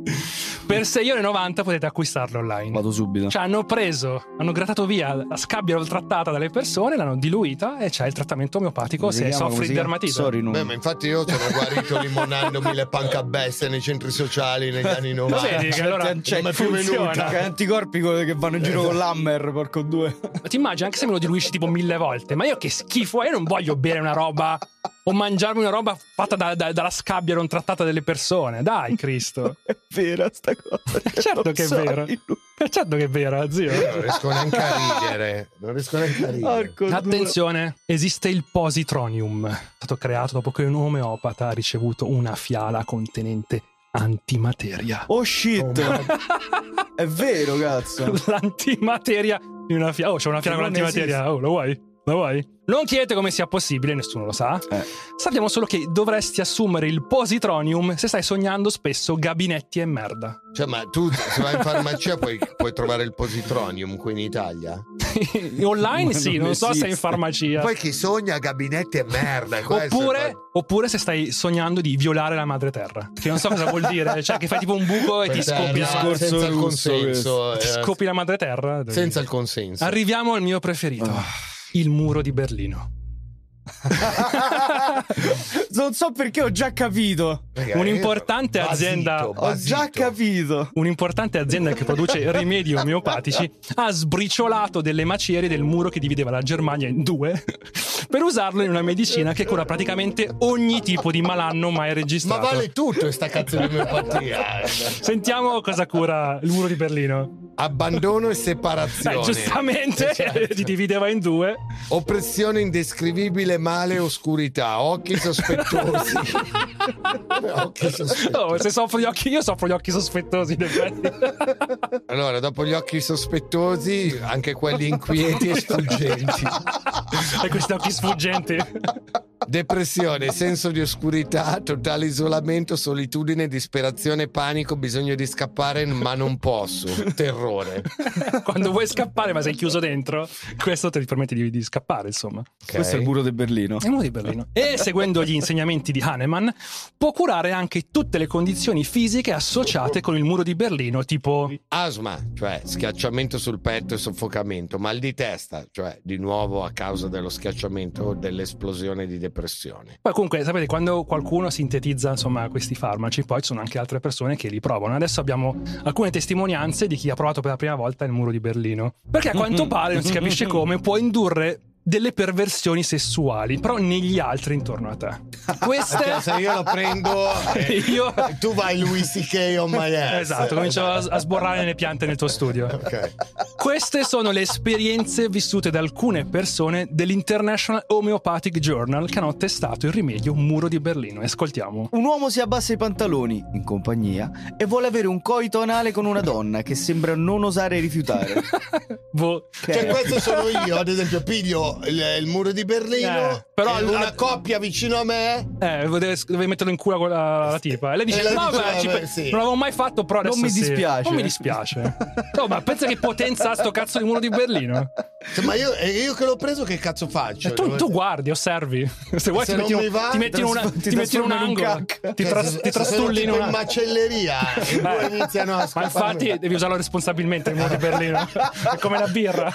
Per sei euro e novanta potete acquistarlo online. Vado subito. Cioè hanno preso, hanno grattato via la scabbia non trattata dalle persone, l'hanno diluita e c'è il trattamento omeopatico Come si se chiama? Come soffri si di chiama? dermatite. Sorry, non- Beh, ma infatti io sono guarito limonandomi le pancabeste nei centri sociali negli anni novanta. Vedi che allora Cioè, non è più funziona. venuta. Che anticorpi co- che vanno in giro con l'hammer, porco due. Ma ti immagini anche se me lo diluisci tipo mille volte, ma io che schifo, io non voglio bere una roba o mangiarmi una roba fatta da- da- dalla scabbia non trattata delle persone. Dai, Cristo. È vera sta cosa. Certo che è Sorry. vero. Certo che è vero, zio. Io non riesco neanche a ridere. Non riesco neanche a ridere. Porco due. Attenzione, esiste il positronium, è stato creato dopo che un omeopata ha ricevuto una fiala contenente antimateria. Oh shit. È vero, cazzo. L'antimateria di una fiala. Oh, c'è una fiala Che con non l'antimateria. Oh, lo vuoi? Lo vuoi? Non chiedete come sia possibile, nessuno lo sa. Eh. Sappiamo solo che dovresti assumere il positronium se stai sognando spesso gabinetti e merda. Cioè, ma tu se vai in farmacia puoi, puoi trovare il positronium qui in Italia? Online sì, non non so se esiste. è in farmacia. Poi chi sogna gabinetti e merda. è questo, Oppure, è- oppure se stai sognando di violare la madre terra, che non so cosa vuol dire, cioè che fai tipo un buco e ti Perché scopi, è la, discorso senza il russo consenso. ti eh, scopi la madre terra. senza il consenso. Arriviamo al mio preferito, Ah. il muro di Berlino. Non so perché ho già capito. Perché Un'importante basito, azienda- basito. Ho già capito. Un'importante azienda che produce rimedi omeopatici ha sbriciolato delle macerie del muro che divideva la Germania in due per usarlo in una medicina che cura praticamente ogni tipo di malanno mai Ma registrato. vale tutto sta cazzo di omeopatia. Sentiamo cosa cura il muro di Berlino. Abbandono e Eh, separazione. giustamente Esatto. ti divideva in due. Oppressione indescrivibile, male, oscurità, occhi sospettosi. Occhi sospettosi. Oh, se soffro gli occhi, io soffro gli occhi sospettosi, in effetti. Allora, dopo gli occhi sospettosi, anche quelli inquieti e sfuggenti. E questi occhi sfuggenti. Depressione, senso di oscurità, totale isolamento, solitudine, disperazione, panico, bisogno di scappare ma non posso, terrore. Quando vuoi scappare ma sei chiuso dentro, questo ti permette di, di scappare, insomma. Ok. Questo è il muro di Berlino. È uno di Berlino. E seguendo gli insegnamenti di Hahnemann, può curare anche tutte le condizioni fisiche associate con il muro di Berlino, tipo Asma, cioè schiacciamento sul petto e soffocamento, mal di testa, cioè di nuovo a causa dello schiacciamento o dell'esplosione di depressione. Poi comunque sapete, quando qualcuno sintetizza insomma questi farmaci, poi ci sono anche altre persone che li provano. Adesso abbiamo alcune testimonianze di chi ha provato per la prima volta il muro di Berlino, perché a quanto pare, non si capisce come, può indurre delle perversioni sessuali, però negli altri intorno a te. Queste Cioè, se io lo prendo eh, io tu vai Louis C K on my ass. esatto, comincio a, a sborrare le piante nel tuo studio. Ok. Queste sono le esperienze vissute da alcune persone dell'International Homeopathic Journal che hanno testato il rimedio muro di Berlino. Ascoltiamo. Un uomo si abbassa i pantaloni, in compagnia, e vuole avere un coito anale con una donna che sembra non osare rifiutare. Boh. Cioè, questo sono io, ad esempio, piglio il, il muro di Berlino, Eh, però e al- una al- coppia vicino a me. Eh, deve, deve metterlo in culo con la, la tipa. E lei dice: E lei no, dice, beh, ci vabbè, pe- sì. non l'avevo mai fatto, però Non adesso mi sì." dispiace. Non mi dispiace. No, ma pensa che potenza ha sto cazzo di muro di Berlino. Ma io, io che l'ho preso, che cazzo faccio? E tu, tu guardi, osservi. Se vuoi, Se ti metti, non un, mi va, ti metti in una, ti ti metti in un trasformi in un angolo, cac. ti, tras, Se- ti se sono trastulli in tipo una in macelleria e Eh, poi iniziano a ma scapparmi. infatti devi usarlo responsabilmente il muro di Berlino. È come la birra.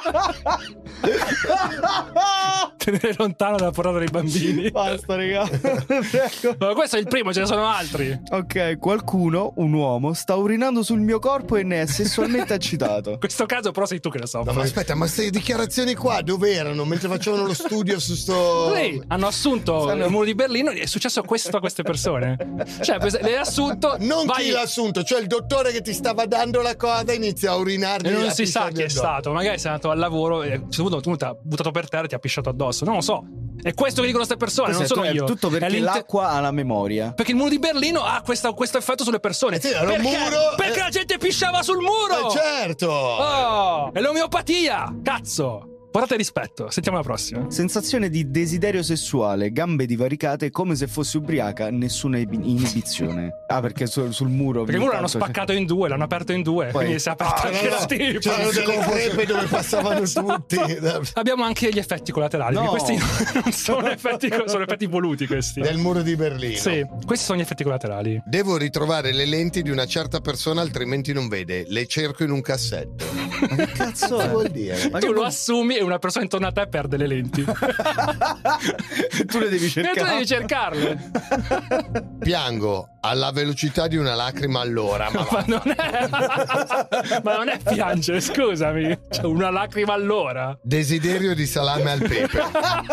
Tenere lontano dalla portata dei bambini. Basta, raga. Ma questo è il primo, ce ne sono altri. Ok, qualcuno, un uomo, sta urinando sul mio corpo e ne è sessualmente eccitato. In questo caso però sei tu che lo No, ma soffri. aspetta, ma queste dichiarazioni qua dove erano? Mentre facevano lo studio su sto... Sì, hanno assunto Stanno- il muro di Berlino e è successo questo a queste persone. Cioè, l'hai assunto. Non vai- chi l'ha assunto, cioè il dottore che ti stava dando la cosa inizia a urinargli. E non a si sa pisciargli chi è addosso. stato. Magari sei andato al lavoro e a un certo punto tu ti ha buttato per terra e ti ha pisciato addosso. Non lo so. È questo che dicono queste persone, non Questo sono è io. tutto È perché l'inte- l'acqua ha la memoria. Perché il muro di Berlino ha questa- questo effetto sulle persone. Eh sì, era un perché? muro, Perché eh. la gente pisciava sul muro. Eh, certo. Oh, è l'omeopatia. Cazzo. Portate rispetto. Sentiamo la prossima. Sensazione di desiderio sessuale, gambe divaricate come se fossi ubriaca, nessuna ibi- inibizione. Ah, perché sul, sul muro. Perché il muro l'hanno tanto- spaccato in due, l'hanno aperto in due. Poi- Quindi si è aperto Ah, anche no, la no. stipa. C'erano delle crepe dove passavano tutti. Abbiamo anche gli effetti collaterali. No. Questi non sono effetti, sono effetti voluti questi. Nel muro di Berlino. Sì, questi sono gli effetti collaterali. Devo ritrovare le lenti di una certa persona, altrimenti non vede. Le cerco in un cassetto. Ma che cazzo Cosa è? vuol dire? Ma Tu che lo vuol- assumi e una persona intorno a te perde le lenti. tu le devi E cercare. tu devi cercarle. Piango alla velocità di una lacrima all'ora. Ma Ma non è. Ma non è piangere, scusami. C'è una lacrima all'ora. Desiderio di salame al pepe.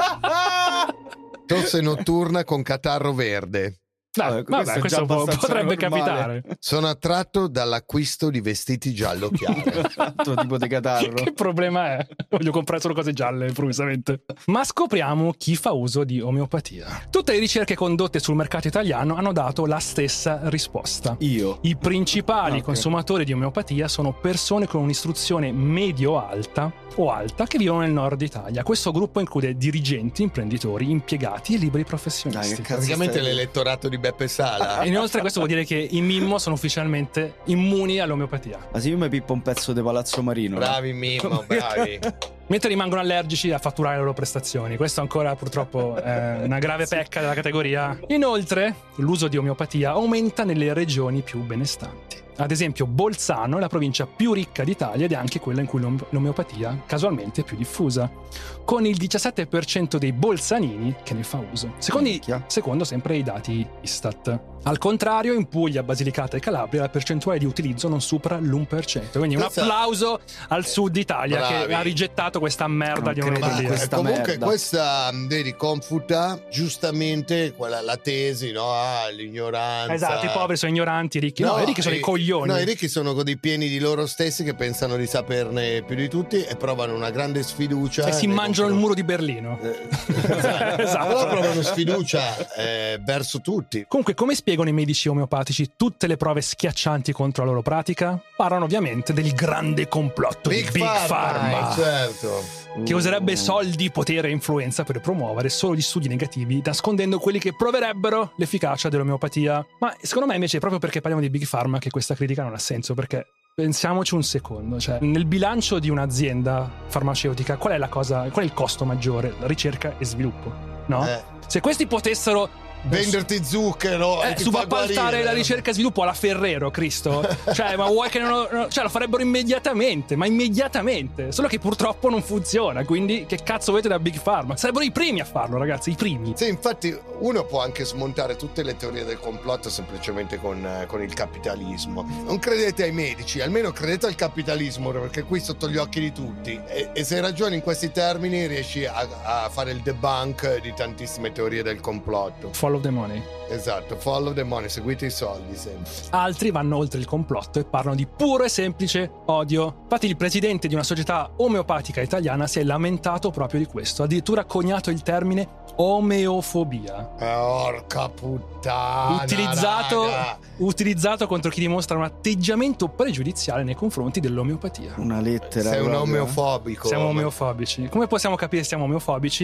Tosse notturna con catarro verde. Dai, Vabbè, vabbè, questo è questo già può- abbastanza potrebbe normale. capitare. Sono attratto dall'acquisto di vestiti giallo chiaro. Tuo tipo di catarro. Che problema è? Voglio comprare solo cose gialle, improvvisamente. Ma scopriamo chi fa uso di omeopatia. Tutte le ricerche condotte sul mercato italiano hanno dato la stessa risposta. Io. I principali Ok. consumatori di omeopatia sono persone con un'istruzione medio-alta o alta che vivono nel nord Italia. Questo gruppo include dirigenti, imprenditori, impiegati e liberi Dai, professionisti. che cazzo Praticamente stai- l'elettorato di Beppe Sala. E inoltre questo vuol dire che i Mimmo sono ufficialmente immuni all'omeopatia. Ma se io mi pippo un pezzo di Palazzo Marino. no? Bravi Mimmo, bravi. Mentre rimangono allergici a fatturare le loro prestazioni. Questo ancora purtroppo è una grave pecca della categoria. Inoltre, l'uso di omeopatia aumenta nelle regioni più benestanti. Ad esempio, Bolzano è la provincia più ricca d'Italia ed è anche quella in cui l'om- l'omeopatia casualmente è più diffusa, con il diciassette per cento dei bolzanini che ne fa uso, secondo, i- Minchia. secondo sempre i dati Istat. Al contrario, in Puglia, Basilicata e Calabria la percentuale di utilizzo non supera l'uno per cento. Quindi un Questa- applauso al sud Italia Bravi. che ha rigettato questa merda Non di credo Ma, di omeopatia. eh, questa comunque merda. questa vedi confuta giustamente quella, la tesi, no? Ah, l'ignoranza. Esatto, i poveri sono ignoranti, i ricchi no, i ricchi sono i, coglioni. No, i ricchi sono dei pieni di loro stessi che pensano di saperne più di tutti e provano una grande sfiducia. e si nei mangiano il confronti- muro di Berlino. Eh, esatto. Esatto. Però provano sfiducia eh, verso tutti. Comunque, come spiegano i medici omeopatici tutte le prove schiaccianti contro la loro pratica? Parlano ovviamente del grande complotto Big, di Big Pharma, eh, certo. che userebbe soldi, potere e influenza per promuovere solo gli studi negativi, nascondendo quelli che proverebbero l'efficacia dell'omeopatia. Ma secondo me invece è proprio perché parliamo di Big Pharma che questa critica non ha senso, perché pensiamoci un secondo, cioè nel bilancio di un'azienda farmaceutica qual è la cosa, qual è il costo maggiore? La ricerca e sviluppo, no? Eh. Se questi potessero Venderti zucchero e Eh, ti fa subappaltare guarire. la ricerca e sviluppo alla Ferrero, Cristo. Cioè, ma vuoi che non lo, no, cioè, lo farebbero immediatamente, ma immediatamente. Solo che purtroppo non funziona. Quindi, che cazzo volete da Big Pharma? Sarebbero i primi a farlo, ragazzi, i primi. Sì, infatti uno può anche smontare tutte le teorie del complotto semplicemente con, eh, con il capitalismo. Non credete ai medici, almeno credete al capitalismo, perché qui sotto gli occhi di tutti. E, e se ragioni in questi termini riesci a, a fare il debunk di tantissime teorie del complotto. Follow the money. Esatto, follow the money, seguite i soldi sempre. Altri vanno oltre il complotto e parlano di puro e semplice odio. Infatti il presidente di una società omeopatica italiana si è lamentato proprio di questo, addirittura ha coniato il termine omeofobia, Porca puttana, utilizzato, raga. utilizzato contro chi dimostra un atteggiamento pregiudiziale nei confronti dell'omeopatia. Una lettera. Sei un proprio. omeofobico. Siamo omeofobici. Come possiamo capire che siamo omeofobici?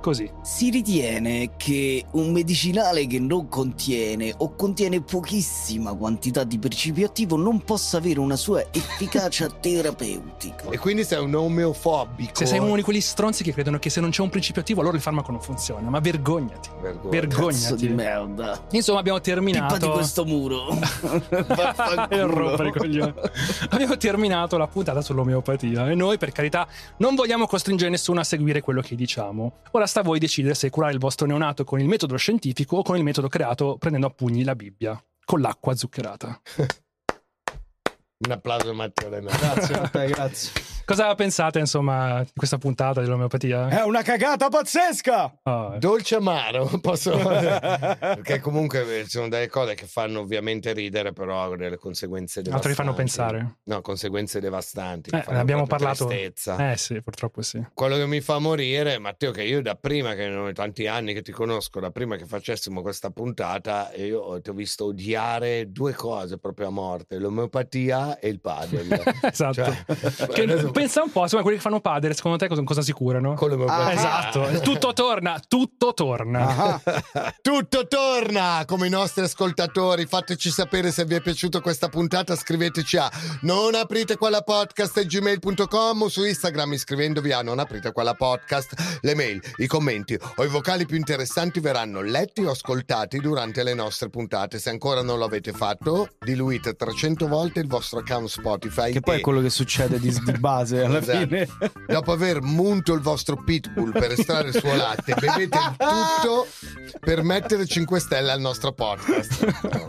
così. Si ritiene che un medicinale che non contiene o contiene pochissima quantità di principio attivo non possa avere una sua efficacia terapeutica. E quindi sei un omeofobico. Se sei uno di quegli stronzi che credono che se non c'è un principio attivo allora il farmaco non funziona, ma vergognati. Vergogna. Vergognati. Cazzo di merda. Insomma, abbiamo terminato. Pippa di questo muro. E rompere i coglioni. Abbiamo terminato la puntata sull'omeopatia e noi, per carità, non vogliamo costringere nessuno a seguire quello che diciamo. Ora sta a voi decidere se curare il vostro neonato con il metodo scientifico o con il metodo creato prendendo a pugni la Bibbia con l'acqua zuccherata. Un applauso a Matteo Lenardo. Grazie, te, grazie. Cosa pensate, insomma, di questa puntata dell'omeopatia? È una cagata pazzesca! Oh. Dolce amaro, posso... Perché comunque ci sono delle cose che fanno ovviamente ridere, però hanno delle conseguenze devastanti. Altre che fanno pensare. No, conseguenze devastanti. Eh, ne abbiamo parlato. Tristezza. Eh sì, purtroppo sì. Quello che mi fa morire, Matteo, che io da prima, che non tanti anni che ti conosco, da prima che facessimo questa puntata, io ti ho visto odiare due cose proprio a morte, l'omeopatia e il padel. Esatto. Cioè, che, adesso... Pensa un po', insomma, quelli che fanno padel, secondo te cosa, cosa si curano? Con l'omeopatia. Ah, esatto. Tutto torna, tutto torna. Tutto torna, come i nostri ascoltatori. Fateci sapere se vi è piaciuta questa puntata, scriveteci a non aprite quella podcast a gmail punto com o su Instagram iscrivendovi a non aprite quella podcast. Le mail, i commenti o i vocali più interessanti verranno letti o ascoltati durante le nostre puntate. Se ancora non lo avete fatto, diluite trecento volte il vostro account Spotify, che poi e... è quello che succede di, di base alla esatto. fine. Dopo aver munto il vostro pitbull per estrarre il suo latte, bevete il tutto per mettere cinque stelle al nostro podcast.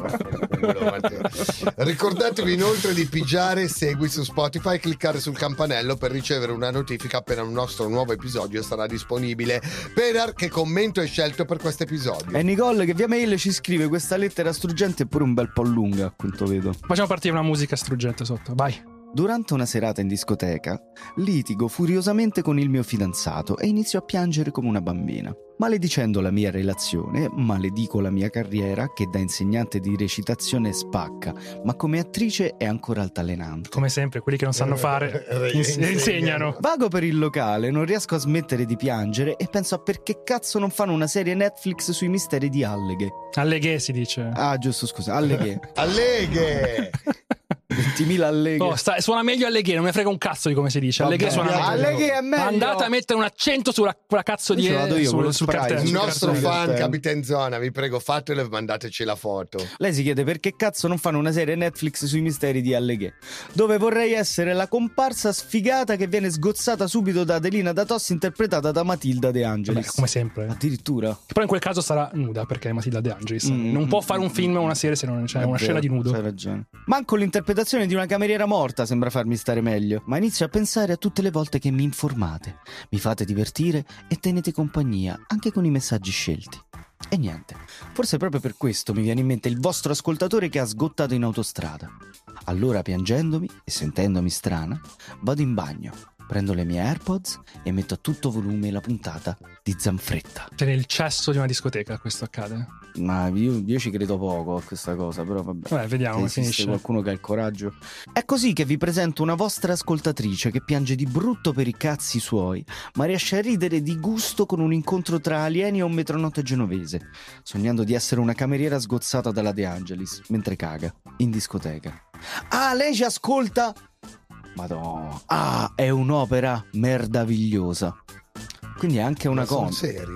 Ricordatevi inoltre di pigiare segui su Spotify e cliccare sul campanello per ricevere una notifica appena un nostro nuovo episodio sarà disponibile. Pedar, che commento hai scelto per questo episodio? E Nicole che via mail ci scrive questa lettera struggente e pure un bel po' lunga, a quanto vedo. Facciamo partire una musica struggente sotto, vai. Durante una serata in discoteca, litigo furiosamente con il mio fidanzato e inizio a piangere come una bambina. Maledicendo la mia relazione, maledico la mia carriera che da insegnante di recitazione spacca, ma come attrice è ancora altalenante. Come sempre, quelli che non sanno fare ins- insegnano. Vago per il locale, non riesco a smettere di piangere e penso a perché cazzo non fanno una serie Netflix sui misteri di Alleghe. Alleghe si dice. Ah, giusto, scusa, Alleghe. Alleghe! ventimila alleghe. Oh, sta, suona meglio Alleghe, non me frega un cazzo di come si dice. Alleghe suona meglio. Alleghe è meglio. Andate a mettere un accento sulla quella cazzo di Ce l'ho io, sul, sul spray. cartello. Il sul nostro cartello. fan cartello. che abita in zona, vi prego, fatelo e mandateci la foto. Lei si chiede perché cazzo non fanno una serie Netflix sui misteri di Alleghe, dove vorrei essere la comparsa sfigata che viene sgozzata subito da Adelina da Tossi interpretata da Matilda De Angelis. Vabbè, come sempre. Addirittura. Però in quel caso sarà nuda perché è Matilda De Angelis. Mm, non mm, può fare un mm, film o una serie se non c'è È una vero, scena di nudo. C'hai ragione. Manco l'interpretazione di una cameriera morta sembra farmi stare meglio, ma inizio a pensare a tutte le volte che mi informate, mi fate divertire e tenete compagnia anche con i messaggi scelti. E niente, forse proprio per questo mi viene in mente il vostro ascoltatore che ha sgottato in autostrada. Allora, piangendomi e sentendomi strana, vado in bagno, prendo le mie AirPods e metto a tutto volume la puntata di Zanfretta. Cioè nel cesso di una discoteca questo accade. Ma io, io ci credo poco a questa cosa, però vabbè. Vabbè, vediamo come Se esiste finisce. qualcuno che ha il coraggio. È così che vi presento una vostra ascoltatrice che piange di brutto per i cazzi suoi, ma riesce a ridere di gusto con un incontro tra alieni e un metronotte genovese, sognando di essere una cameriera sgozzata dalla De Angelis mentre caga in discoteca. Ah, lei ci ascolta? Madonna. Ah, è un'opera meravigliosa. Quindi è anche una Ma sono cosa. serio?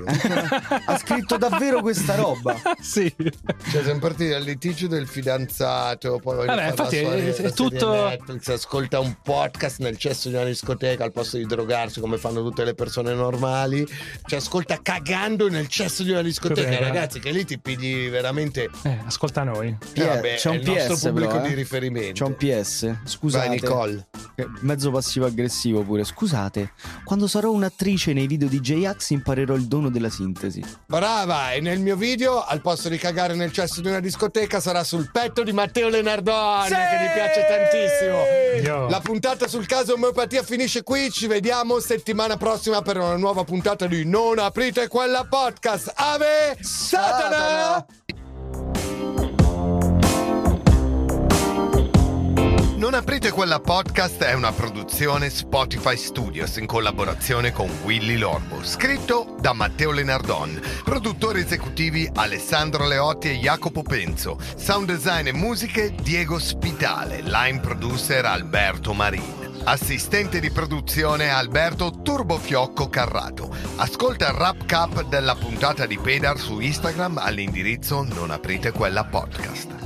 Ha scritto davvero questa roba? Sì. Cioè siamo partiti dal litigio del fidanzato, poi voglio Vabbè, fare infatti la è- storia è della tutto- serie Netflix, ascolta un podcast nel cesso di una discoteca al posto di drogarsi come fanno tutte le persone normali, cioè ascolta cagando nel cesso di una discoteca, Vabbè, ragazzi, che lì ti pigli veramente. Eh, ascolta noi. P- Eh, vabbè, c'è un è il nostro P S pubblico però, eh. di riferimento. C'è un P S. Scusate. Vai Nicole. Eh, Mezzo passivo aggressivo pure. Scusate, quando sarò un'attrice nei video di J-Ax imparerò il dono della sintesi. Brava, e nel mio video al posto di cagare nel cesso di una discoteca sarà sul petto di Matteo Lenardone, Sì! che mi piace tantissimo. Io. La puntata sul caso omeopatia finisce qui, ci vediamo settimana prossima per una nuova puntata di Non aprite quella podcast. Ave Satana! Non aprite quella podcast è una produzione Spotify Studios in collaborazione con Willy Lorbo, scritto da Matteo Lenardon, produttori esecutivi Alessandro Leotti e Jacopo Penzo, sound design e musiche Diego Spitale, line producer Alberto Marin. Assistente di produzione Alberto Turbofiocco Carrato. Ascolta il wrap cap della puntata di Pedar su Instagram all'indirizzo Non aprite quella podcast.